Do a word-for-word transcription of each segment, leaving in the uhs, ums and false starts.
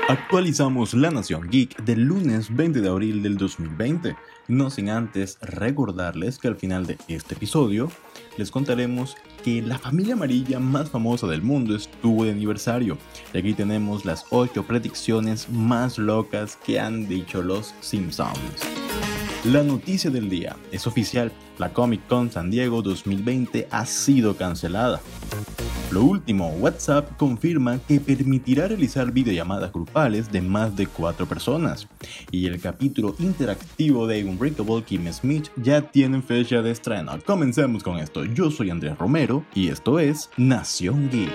Actualizamos La Nación Geek del lunes veinte de abril del dos mil veinte, no sin antes recordarles que al final de este episodio les contaremos que la familia amarilla más famosa del mundo estuvo de aniversario, y aquí tenemos las ocho predicciones más locas que han dicho los Simpsons. La noticia del día es oficial, la Comic Con San Diego dos mil veinte ha sido cancelada. Lo último, WhatsApp confirma que permitirá realizar videollamadas grupales de más de cuatro personas. Y el capítulo interactivo de Unbreakable Kimmy Schmidt ya tiene fecha de estreno. Comencemos con esto. Yo soy Andrés Romero y esto es Nación Geek.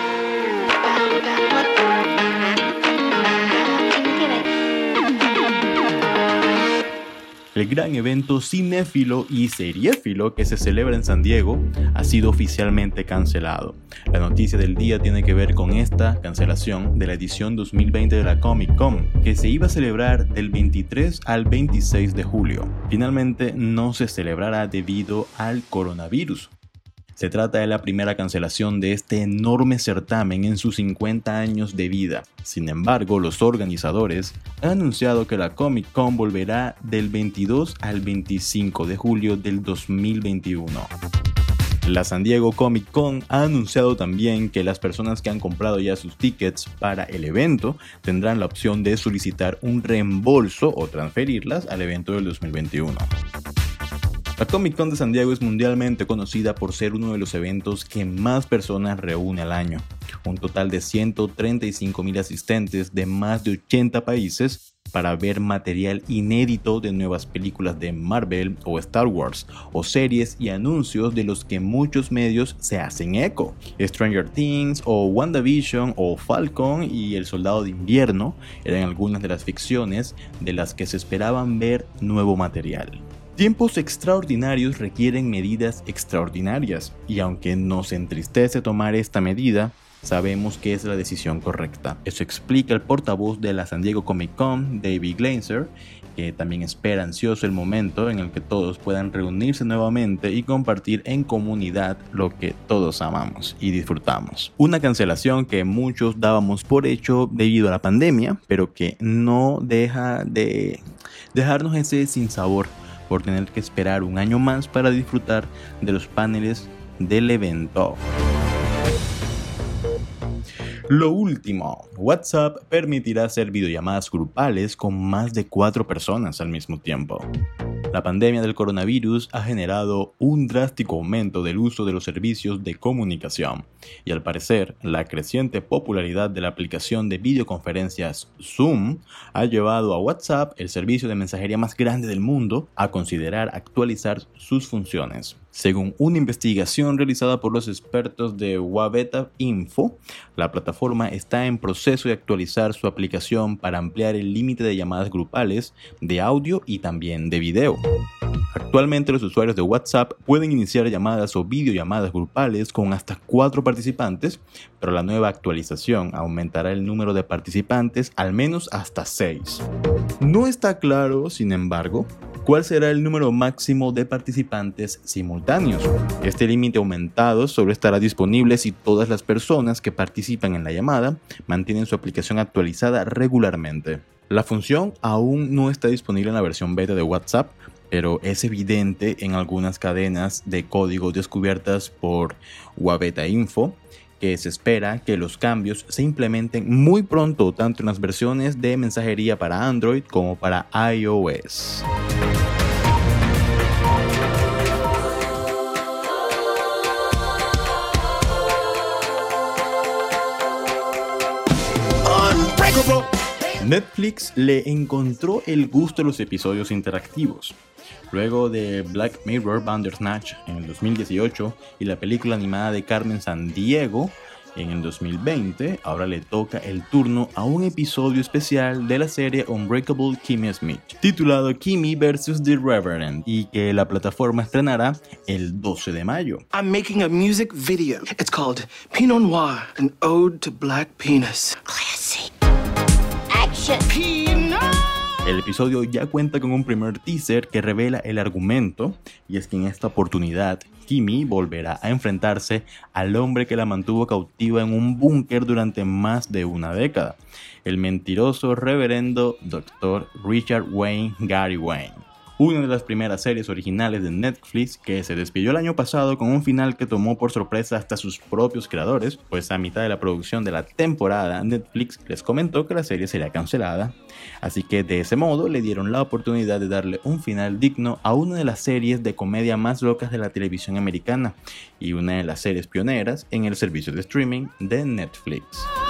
El gran evento cinéfilo y seriéfilo que se celebra en San Diego ha sido oficialmente cancelado. La noticia del día tiene que ver con esta cancelación de la edición dos mil veinte de la Comic Con, que se iba a celebrar del veintitrés al veintiséis de julio. Finalmente no se celebrará debido al coronavirus. Se trata de la primera cancelación de este enorme certamen en sus cincuenta años de vida. Sin embargo, los organizadores han anunciado que la Comic Con volverá del veintidós al veinticinco de julio del dos mil veintiuno. La San Diego Comic Con ha anunciado también que las personas que han comprado ya sus tickets para el evento tendrán la opción de solicitar un reembolso o transferirlas al evento del dos mil veintiuno. La Comic Con de San Diego es mundialmente conocida por ser uno de los eventos que más personas reúne al año. Un total de ciento treinta y cinco mil asistentes de más de ochenta países para ver material inédito de nuevas películas de Marvel o Star Wars, o series y anuncios de los que muchos medios se hacen eco. Stranger Things o WandaVision o Falcon y El Soldado de Invierno eran algunas de las ficciones de las que se esperaban ver nuevo material. Tiempos extraordinarios requieren medidas extraordinarias, y aunque nos entristece tomar esta medida, sabemos que es la decisión correcta. Eso explica el portavoz de la San Diego Comic Con, David Glazer, que también espera ansioso el momento en el que todos puedan reunirse nuevamente y compartir en comunidad lo que todos amamos y disfrutamos. Una cancelación que muchos dábamos por hecho debido a la pandemia, pero que no deja de dejarnos ese sinsabor por tener que esperar un año más para disfrutar de los paneles del evento. Lo último, WhatsApp permitirá hacer videollamadas grupales con más de cuatro personas al mismo tiempo. La pandemia del coronavirus ha generado un drástico aumento del uso de los servicios de comunicación, y al parecer la creciente popularidad de la aplicación de videoconferencias Zoom ha llevado a WhatsApp, el servicio de mensajería más grande del mundo, a considerar actualizar sus funciones. Según una investigación realizada por los expertos de Wabeta Info, la plataforma está en proceso de actualizar su aplicación para ampliar el límite de llamadas grupales de audio y también de video. Actualmente los usuarios de WhatsApp pueden iniciar llamadas o videollamadas grupales con hasta cuatro participantes, pero la nueva actualización aumentará el número de participantes al menos hasta seis. No está claro, sin embargo, ¿cuál será el número máximo de participantes simultáneos? Este límite aumentado solo estará disponible si todas las personas que participan en la llamada mantienen su aplicación actualizada regularmente. La función aún no está disponible en la versión beta de WhatsApp, pero es evidente en algunas cadenas de código descubiertas por Wabeta Info que se espera que los cambios se implementen muy pronto tanto en las versiones de mensajería para Android como para iOS. Netflix le encontró el gusto a los episodios interactivos. Luego de Black Mirror Bandersnatch en el dos mil dieciocho y la película animada de Carmen Sandiego en el dos mil veinte, ahora le toca el turno a un episodio especial de la serie Unbreakable Kimmy Schmidt, titulado Kimmy versus The Reverend, y que la plataforma estrenará el doce de mayo. I'm making a music video. It's called Pinot Noir, an ode to black penis. Classic. Action. Pinot. El episodio ya cuenta con un primer teaser que revela el argumento, y es que en esta oportunidad Kimi volverá a enfrentarse al hombre que la mantuvo cautiva en un búnker durante más de una década, el mentiroso reverendo doctor Richard Wayne Gary Wayne. Una de las primeras series originales de Netflix que se despidió el año pasado con un final que tomó por sorpresa hasta sus propios creadores, pues a mitad de la producción de la temporada Netflix les comentó que la serie sería cancelada, así que de ese modo le dieron la oportunidad de darle un final digno a una de las series de comedia más locas de la televisión americana y una de las series pioneras en el servicio de streaming de Netflix.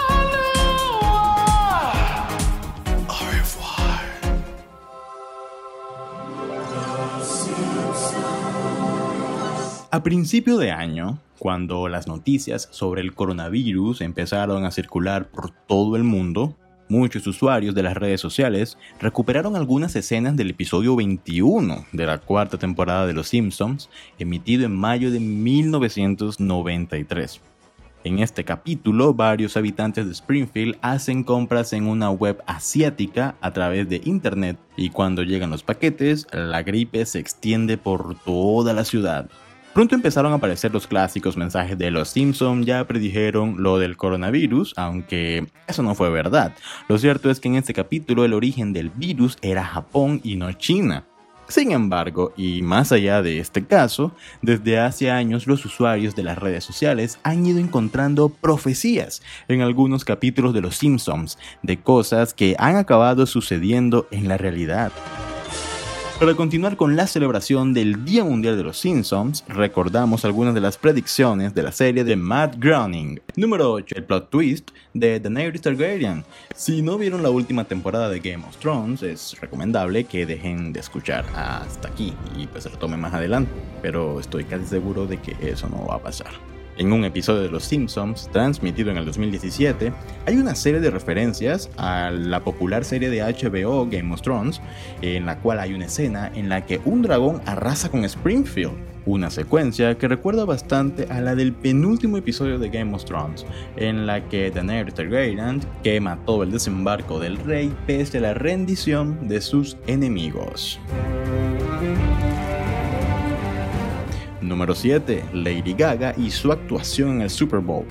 A principio de año, cuando las noticias sobre el coronavirus empezaron a circular por todo el mundo, muchos usuarios de las redes sociales recuperaron algunas escenas del episodio veintiuno de la cuarta temporada de Los Simpsons, emitido en mayo de mil novecientos noventa y tres. En este capítulo, varios habitantes de Springfield hacen compras en una web asiática a través de internet y cuando llegan los paquetes, la gripe se extiende por toda la ciudad. Pronto empezaron a aparecer los clásicos mensajes de Los Simpson ya predijeron lo del coronavirus, aunque eso no fue verdad. Lo cierto es que en este capítulo el origen del virus era Japón y no China. Sin embargo, y más allá de este caso, desde hace años los usuarios de las redes sociales han ido encontrando profecías en algunos capítulos de Los Simpsons de cosas que han acabado sucediendo en la realidad. Para continuar con la celebración del Día Mundial de los Simpsons, recordamos algunas de las predicciones de la serie de Matt Groening. Número ocho. El plot twist de Daenerys Targaryen. Si no vieron la última temporada de Game of Thrones, es recomendable que dejen de escuchar hasta aquí y pues retomen más adelante, pero estoy casi seguro de que eso no va a pasar. En un episodio de Los Simpsons, transmitido en el dos mil diecisiete, hay una serie de referencias a la popular serie de H B O Game of Thrones, en la cual hay una escena en la que un dragón arrasa con Springfield, una secuencia que recuerda bastante a la del penúltimo episodio de Game of Thrones, en la que Daenerys Targaryen quema todo el desembarco del rey pese a la rendición de sus enemigos. Número siete. Lady Gaga y su actuación en el Super Bowl.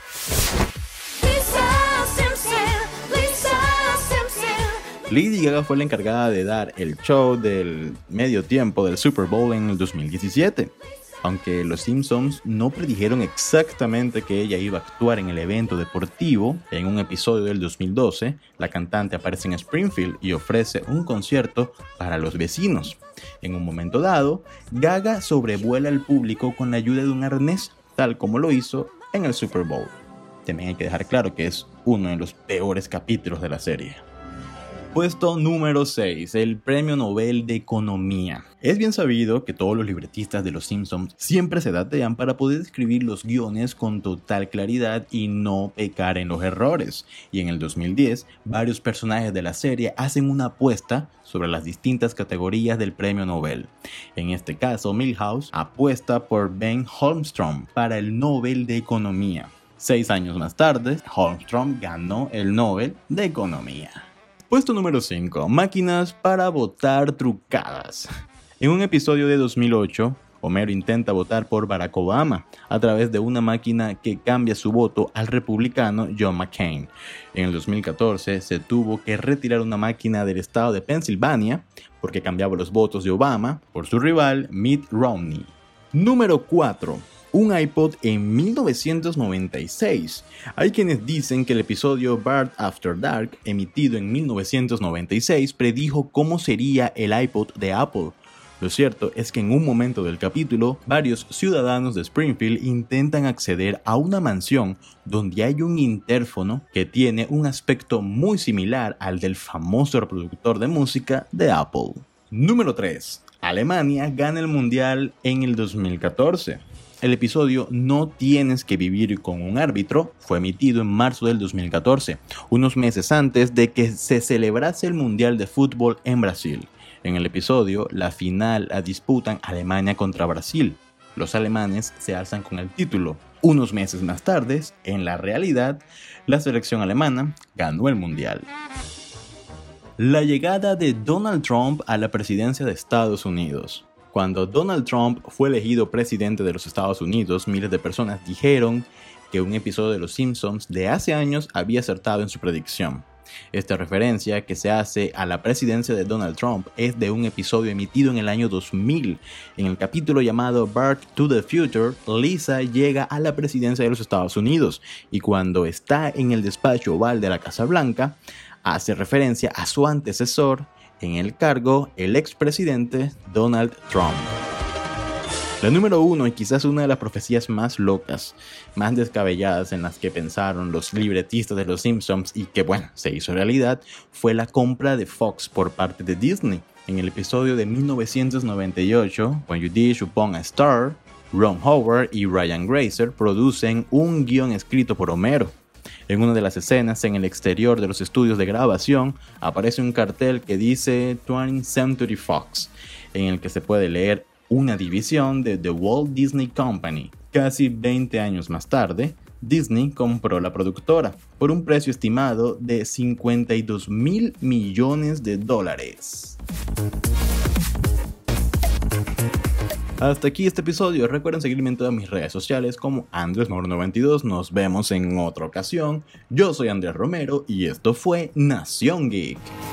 Lady Gaga fue la encargada de dar el show del medio tiempo del Super Bowl en el dos mil diecisiete. Aunque los Simpsons no predijeron exactamente que ella iba a actuar en el evento deportivo, en un episodio del dos mil doce, la cantante aparece en Springfield y ofrece un concierto para los vecinos. En un momento dado, Gaga sobrevuela al público con la ayuda de un arnés, tal como lo hizo en el Super Bowl. También hay que dejar claro que es uno de los peores capítulos de la serie. Puesto número seis. El Premio Nobel de Economía. Es bien sabido que todos los libretistas de Los Simpsons siempre se datean para poder escribir los guiones con total claridad y no pecar en los errores. Y en el dos mil diez, varios personajes de la serie hacen una apuesta sobre las distintas categorías del Premio Nobel. En este caso, Milhouse apuesta por Ben Holmstrom para el Nobel de Economía. Seis años más tarde, Holmstrom ganó el Nobel de Economía. Puesto número cinco. Máquinas para votar trucadas. En un episodio de dos mil ocho, Homero intenta votar por Barack Obama a través de una máquina que cambia su voto al republicano John McCain. En el dos mil catorce se tuvo que retirar una máquina del estado de Pensilvania porque cambiaba los votos de Obama por su rival Mitt Romney. Número cuatro. Un iPod en mil novecientos noventa y seis. Hay quienes dicen que el episodio Bart After Dark, emitido en mil novecientos noventa y seis, predijo cómo sería el iPod de Apple. Lo cierto es que en un momento del capítulo, varios ciudadanos de Springfield intentan acceder a una mansión donde hay un interfono que tiene un aspecto muy similar al del famoso reproductor de música de Apple. Número tres. Alemania gana el Mundial en el dos mil catorce. El episodio No tienes que vivir con un árbitro fue emitido en marzo del dos mil catorce, unos meses antes de que se celebrase el Mundial de Fútbol en Brasil. En el episodio, la final la disputan Alemania contra Brasil. Los alemanes se alzan con el título. Unos meses más tarde, en la realidad, la selección alemana ganó el Mundial. La llegada de Donald Trump a la presidencia de Estados Unidos. Cuando Donald Trump fue elegido presidente de los Estados Unidos, miles de personas dijeron que un episodio de Los Simpsons de hace años había acertado en su predicción. Esta referencia que se hace a la presidencia de Donald Trump es de un episodio emitido en el año dos mil. En el capítulo llamado Back to the Future, Lisa llega a la presidencia de los Estados Unidos y cuando está en el despacho oval de la Casa Blanca, hace referencia a su antecesor en el cargo, el expresidente Donald Trump. La número uno, y quizás una de las profecías más locas, más descabelladas en las que pensaron los libretistas de Los Simpsons y que, bueno, se hizo realidad, fue la compra de Fox por parte de Disney. En el episodio de mil novecientos noventa y ocho, When You Dish Upon a Star, Ron Howard y Ryan Grazer producen un guión escrito por Homero. En una de las escenas, en el exterior de los estudios de grabación, aparece un cartel que dice twentieth Century Fox, en el que se puede leer una división de The Walt Disney Company. Casi veinte años más tarde, Disney compró la productora por un precio estimado de cincuenta y dos mil millones de dólares. Hasta aquí este episodio. Recuerden seguirme en todas mis redes sociales como Andresmoro noventa y dos. Nos vemos en otra ocasión. Yo soy Andrés Romero y esto fue Nación Geek.